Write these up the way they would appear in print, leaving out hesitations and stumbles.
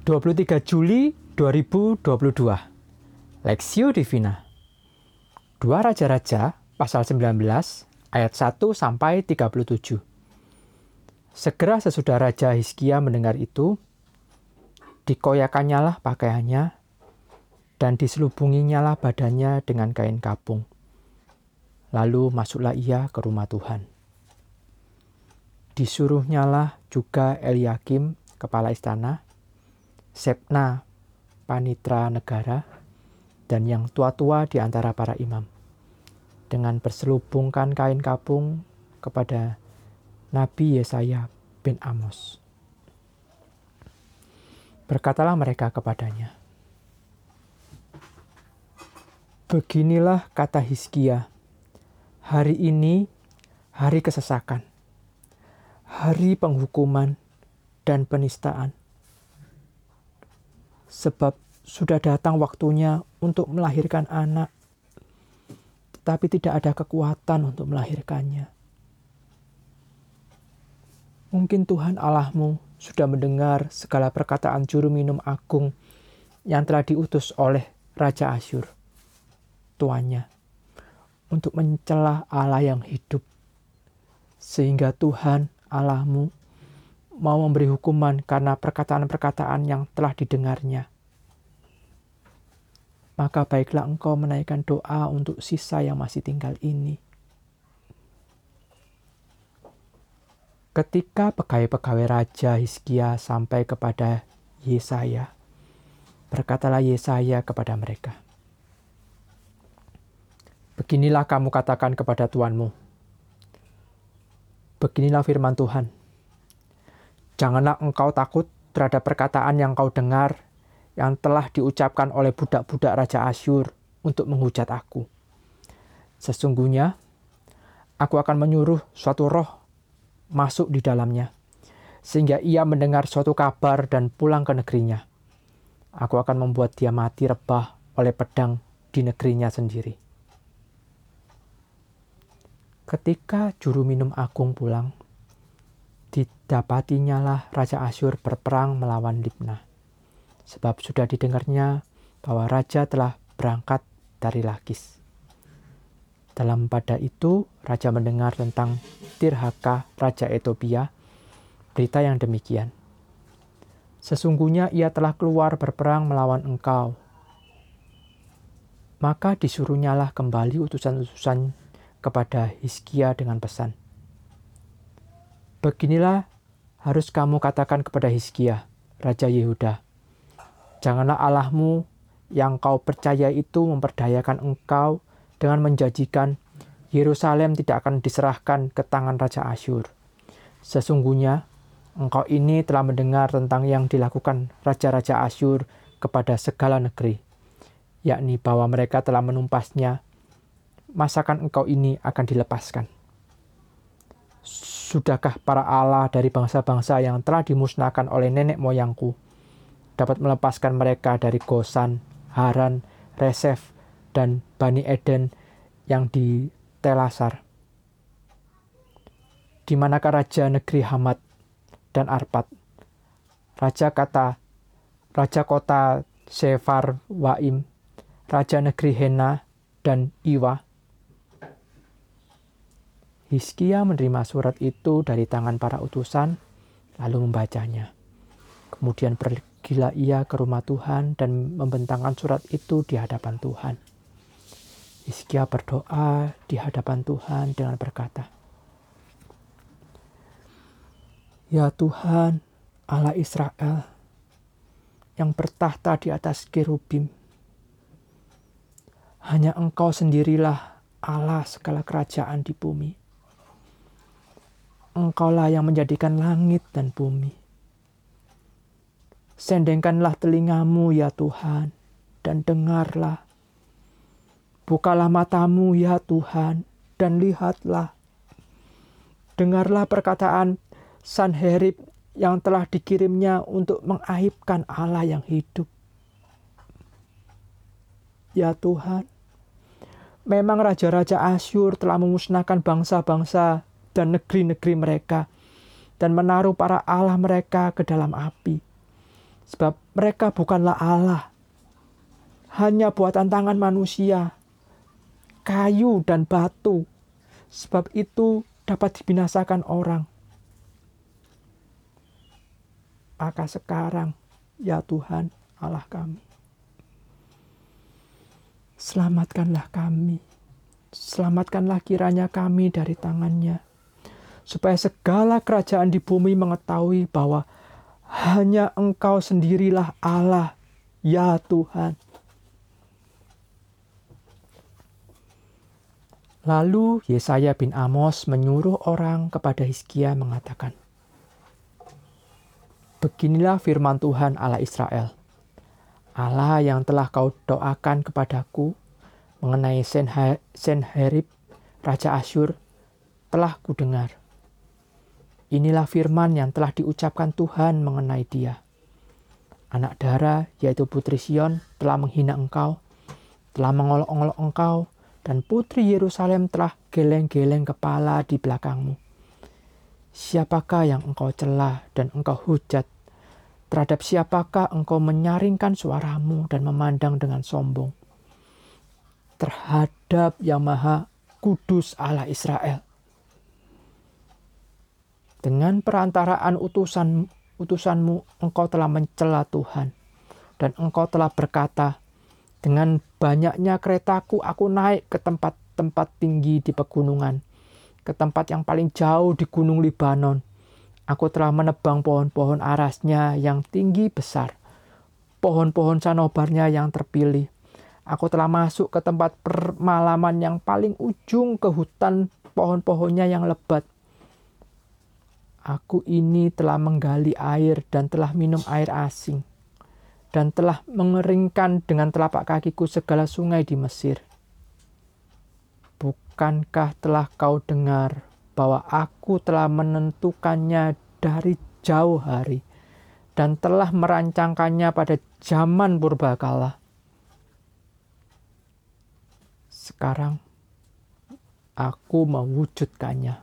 23 Juli 2022. Lexio Divina. 2 Raja-Raja pasal 19 ayat 1 sampai 37. Segera sesudah Raja Hizkia mendengar itu, dikoyakannya pakaiannya dan diselubunginyalah badannya dengan kain kapung. Lalu masuklah ia ke rumah Tuhan. Disuruhnyalah juga Eliakim, kepala istana, Sebna, panitra negara, dan yang tua-tua di antara para imam, dengan berselubungkan kain kapung kepada Nabi Yesaya bin Amos. Berkatalah mereka kepadanya, "Beginilah kata Hizkia, hari ini hari kesesakan, hari penghukuman dan penistaan. Sebab sudah datang waktunya untuk melahirkan anak, tetapi tidak ada kekuatan untuk melahirkannya. Mungkin Tuhan Allahmu sudah mendengar segala perkataan juru minum agung yang telah diutus oleh Raja Asyur, tuannya, untuk mencela Allah yang hidup, sehingga Tuhan Allahmu mau memberi hukuman karena perkataan-perkataan yang telah didengarnya. Maka baiklah engkau menaikkan doa untuk sisa yang masih tinggal ini." Ketika pegawai-pegawai Raja Hizkia sampai kepada Yesaya, berkatalah Yesaya kepada mereka, "Beginilah kamu katakan kepada tuanmu, beginilah firman Tuhan. Janganlah engkau takut terhadap perkataan yang kau dengar yang telah diucapkan oleh budak-budak Raja Asyur untuk menghujat aku. Sesungguhnya, aku akan menyuruh suatu roh masuk di dalamnya, sehingga ia mendengar suatu kabar dan pulang ke negerinya. Aku akan membuat dia mati rebah oleh pedang di negerinya sendiri." Ketika juru minum agung pulang, didapatinyalah Raja Asyur berperang melawan Libnah, sebab sudah didengarnya bahwa raja telah berangkat dari Lakis. Dalam pada itu, raja mendengar tentang Tirhaka, Raja Ethiopia, berita yang demikian, "Sesungguhnya ia telah keluar berperang melawan engkau." Maka disuruhnyalah kembali utusan-utusan kepada Hizkia dengan pesan, "Beginilah harus kamu katakan kepada Hizkia, Raja Yehuda, janganlah Allahmu yang kau percaya itu memperdayakan engkau dengan menjanjikan Yerusalem tidak akan diserahkan ke tangan Raja Asyur. Sesungguhnya engkau ini telah mendengar tentang yang dilakukan Raja-Raja Asyur kepada segala negeri, yakni bahwa mereka telah menumpasnya. Masakan engkau ini akan dilepaskan? Sudahkah para Allah dari bangsa-bangsa yang telah dimusnahkan oleh nenek moyangku dapat melepaskan mereka dari Gosan, Haran, Resef, dan Bani Eden yang di Telasar? Di manakah raja negeri Hamat dan Arpad, raja kota Sefarwaim, raja negeri Hena dan Iwa?" Hizkia menerima surat itu dari tangan para utusan, lalu membacanya. Kemudian pergilah ia ke rumah Tuhan dan membentangkan surat itu di hadapan Tuhan. Hizkia berdoa di hadapan Tuhan dengan berkata, "Ya Tuhan, Allah Israel, yang bertahta di atas kerubim, hanya Engkau sendirilah Allah segala kerajaan di bumi. Engkaulah yang menjadikan langit dan bumi. Sendengkanlah telingamu ya Tuhan, dan dengarlah. Bukalah matamu ya Tuhan, dan lihatlah. Dengarlah perkataan Sanherib yang telah dikirimnya untuk mengaibkan Allah yang hidup. Ya Tuhan, memang raja-raja Asyur telah memusnahkan bangsa-bangsa dan negeri-negeri mereka, dan menaruh para Allah mereka ke dalam api. Sebab mereka bukanlah Allah, hanya buatan tangan manusia, kayu dan batu. Sebab itu dapat dibinasakan orang. Maka sekarang, ya Tuhan Allah kami, selamatkanlah kami. Selamatkanlah kiranya kami dari tangannya. Supaya segala kerajaan di bumi mengetahui bahwa hanya Engkau sendirilah Allah, ya Tuhan. Lalu Yesaya bin Amos menyuruh orang kepada Hizkia mengatakan, beginilah firman Tuhan Allah Israel, Allah yang telah kau doakan kepadaku mengenai Senherib, Raja Asyur, telah kudengar. Inilah firman yang telah diucapkan Tuhan mengenai dia. Anak dara, yaitu Putri Sion, telah menghina engkau, telah mengolok-olok engkau, dan Putri Yerusalem telah geleng-geleng kepala di belakangmu. Siapakah yang engkau celah dan engkau hujat? Terhadap siapakah engkau menyaringkan suaramu dan memandang dengan sombong? Terhadap Yang Maha Kudus Allah Israel. Dengan perantaraan utusanmu engkau telah mencela Tuhan, dan engkau telah berkata, dengan banyaknya keretaku aku naik ke tempat-tempat tinggi di pegunungan, ke tempat yang paling jauh di gunung Libanon. Aku telah menebang pohon-pohon arasnya yang tinggi besar, pohon-pohon sanobarnya yang terpilih. Aku telah masuk ke tempat permalaman yang paling ujung, ke hutan pohon-pohonnya yang lebat. Aku ini telah menggali air dan telah minum air asing, dan telah mengeringkan dengan telapak kakiku segala sungai di Mesir. Bukankah telah kau dengar bahwa aku telah menentukannya dari jauh hari dan telah merancangkannya pada zaman purbakala? Sekarang aku mewujudkannya,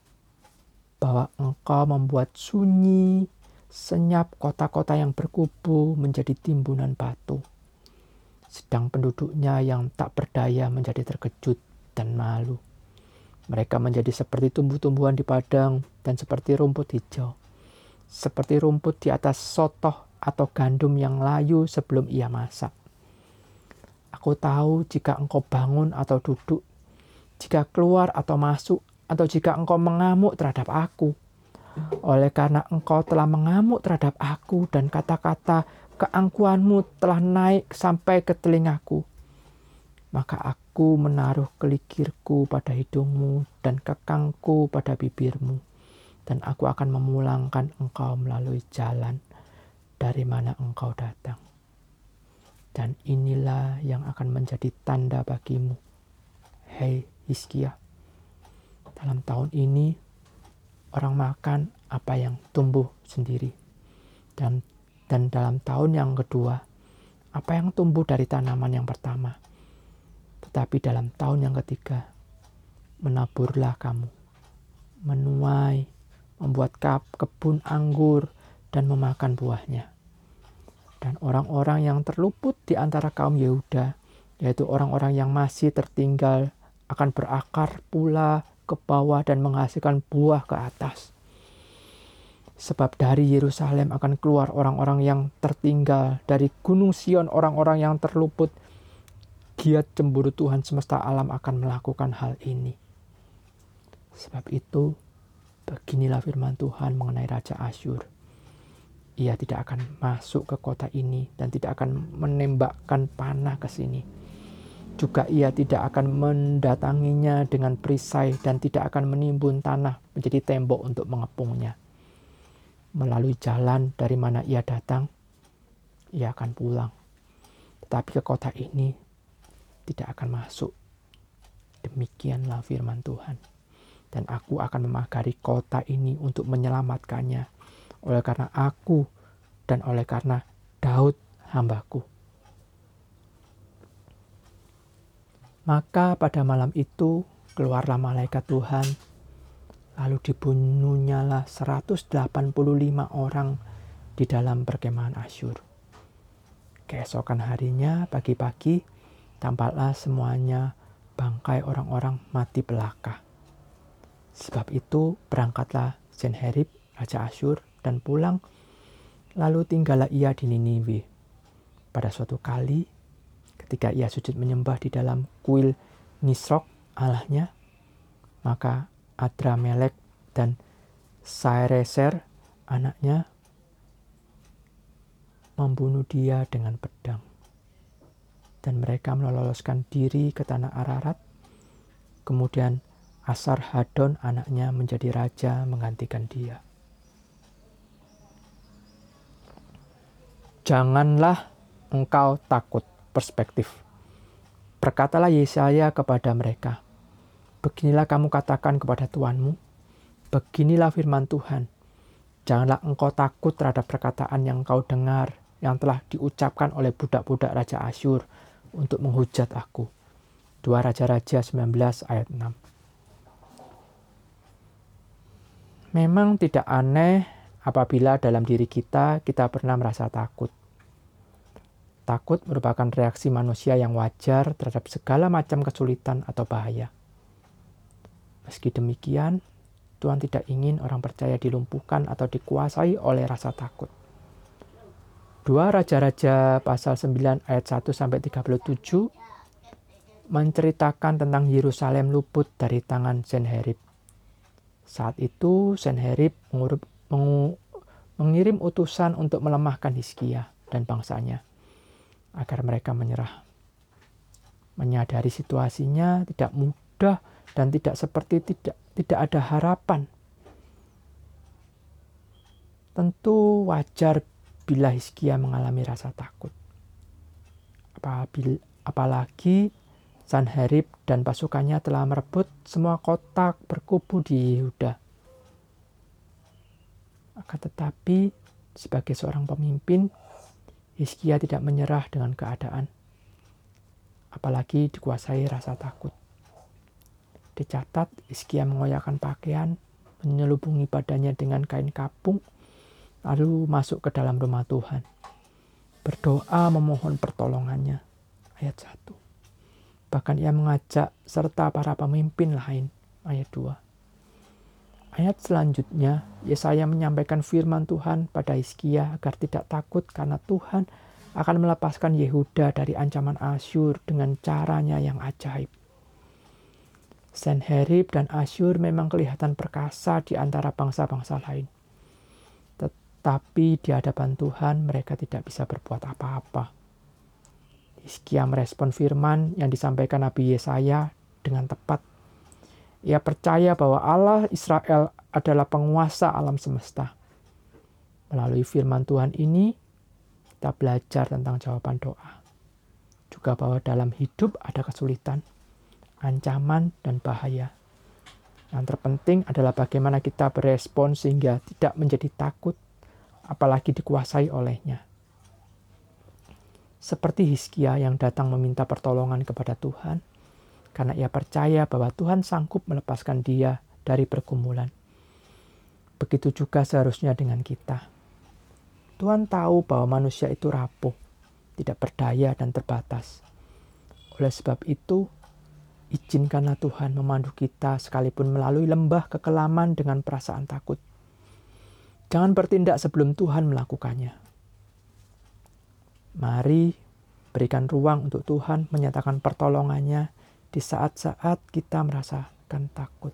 bahwa engkau membuat sunyi, senyap kota-kota yang berkubu menjadi timbunan batu, sedang penduduknya yang tak berdaya menjadi terkejut dan malu. Mereka menjadi seperti tumbuh-tumbuhan di padang dan seperti rumput hijau, seperti rumput di atas sotoh atau gandum yang layu sebelum ia masak. Aku tahu jika engkau bangun atau duduk, jika keluar atau masuk, atau jika engkau mengamuk terhadap aku. Oleh karena engkau telah mengamuk terhadap aku dan kata-kata keangkuhanmu telah naik sampai ke telingaku, maka aku menaruh kelikirku pada hidungmu dan kekangku pada bibirmu, dan aku akan memulangkan engkau melalui jalan dari mana engkau datang. Dan inilah yang akan menjadi tanda bagimu, hei Hizkia. Dalam tahun ini, orang makan apa yang tumbuh sendiri. Dan dalam tahun yang kedua, apa yang tumbuh dari tanaman yang pertama. Tetapi dalam tahun yang ketiga, menaburlah kamu, menuai, membuat kebun anggur, dan memakan buahnya. Dan orang-orang yang terluput di antara kaum Yehuda, yaitu orang-orang yang masih tertinggal, akan berakar pula ke bawah dan menghasilkan buah ke atas. Sebab dari Yerusalem akan keluar orang-orang yang tertinggal, dari Gunung Sion orang-orang yang terluput. Giat cemburu Tuhan semesta alam akan melakukan hal ini. Sebab itu, beginilah firman Tuhan mengenai Raja Asyur. Ia tidak akan masuk ke kota ini dan tidak akan menembakkan panah ke sini. Juga ia tidak akan mendatanginya dengan perisai dan tidak akan menimbun tanah menjadi tembok untuk mengepungnya. Melalui jalan dari mana ia datang, ia akan pulang. Tetapi ke kota ini tidak akan masuk. Demikianlah firman Tuhan. Dan aku akan memagari kota ini untuk menyelamatkannya, oleh karena aku dan oleh karena Daud hambaku. Maka pada malam itu keluarlah malaikat Tuhan, lalu dibunuhnyalah 185 orang di dalam perkemahan Asyur. Keesokan harinya, pagi-pagi, tampaklah semuanya bangkai orang-orang mati belaka. Sebab itu berangkatlah Senherib, Raja Asyur, dan pulang, lalu tinggallah ia di Niniwe. Pada suatu kali, ketika ia sujud menyembah di dalam kuil Nisrok Allahnya, maka Adramelek dan Sareser anaknya membunuh dia dengan pedang. Dan mereka meloloskan diri ke tanah Ararat. Kemudian Asarhadon anaknya menjadi raja menggantikan dia. Janganlah engkau takut. Perspektif. Berkatalah Yesaya kepada mereka, beginilah kamu katakan kepada Tuhanmu, beginilah firman Tuhan, janganlah engkau takut terhadap perkataan yang engkau dengar, yang telah diucapkan oleh budak-budak Raja Asyur untuk menghujat aku. 2 Raja-Raja 19 ayat 6. Memang tidak aneh apabila dalam diri kita pernah merasa takut. Takut merupakan reaksi manusia yang wajar terhadap segala macam kesulitan atau bahaya. Meski demikian, Tuhan tidak ingin orang percaya dilumpuhkan atau dikuasai oleh rasa takut. 2 Raja-Raja pasal 9 ayat 1-37 menceritakan tentang Yerusalem luput dari tangan Senherib. Saat itu Senherib mengirim utusan untuk melemahkan Hizkia dan bangsanya agar mereka menyerah. Menyadari situasinya tidak mudah dan tidak ada harapan. Tentu wajar bila Hizkia mengalami rasa takut. Apalagi Sanherib dan pasukannya telah merebut semua kota berkubu di Yehuda. Akan tetapi, sebagai seorang pemimpin, Hizkia tidak menyerah dengan keadaan, apalagi dikuasai rasa takut. Dicatat, Hizkia mengoyakkan pakaian, menyelubungi badannya dengan kain kapung, lalu masuk ke dalam rumah Tuhan. Berdoa memohon pertolongannya. Ayat 1. Bahkan ia mengajak serta para pemimpin lain. Ayat 2. Ayat selanjutnya, Yesaya menyampaikan firman Tuhan pada Hizkia agar tidak takut karena Tuhan akan melepaskan Yehuda dari ancaman Asyur dengan caranya yang ajaib. Senherib dan Asyur memang kelihatan perkasa di antara bangsa-bangsa lain. Tetapi di hadapan Tuhan mereka tidak bisa berbuat apa-apa. Hizkia merespon firman yang disampaikan Nabi Yesaya dengan tepat. Ia percaya bahwa Allah Israel adalah penguasa alam semesta. Melalui firman Tuhan ini, kita belajar tentang jawaban doa. Juga bahwa dalam hidup ada kesulitan, ancaman, dan bahaya. Yang terpenting adalah bagaimana kita berespon sehingga tidak menjadi takut, apalagi dikuasai olehnya. Seperti Hizkia yang datang meminta pertolongan kepada Tuhan, karena ia percaya bahwa Tuhan sanggup melepaskan dia dari pergumulan. Begitu juga seharusnya dengan kita. Tuhan tahu bahwa manusia itu rapuh, tidak berdaya dan terbatas. Oleh sebab itu, izinkanlah Tuhan memandu kita sekalipun melalui lembah kekelaman dengan perasaan takut. Jangan bertindak sebelum Tuhan melakukannya. Mari berikan ruang untuk Tuhan menyatakan pertolongannya di saat-saat kita merasakan takut.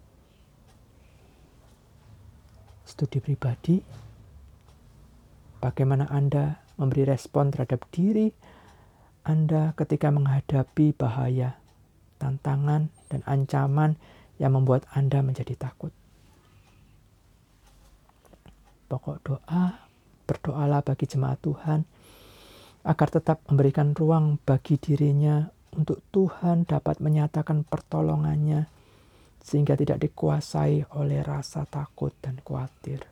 Studi pribadi, bagaimana Anda memberi respon terhadap diri Anda ketika menghadapi bahaya, tantangan, dan ancaman yang membuat Anda menjadi takut. Pokok doa, berdoalah bagi jemaat Tuhan agar tetap memberikan ruang bagi dirinya untuk Tuhan dapat menyatakan pertolongannya sehingga tidak dikuasai oleh rasa takut dan khawatir.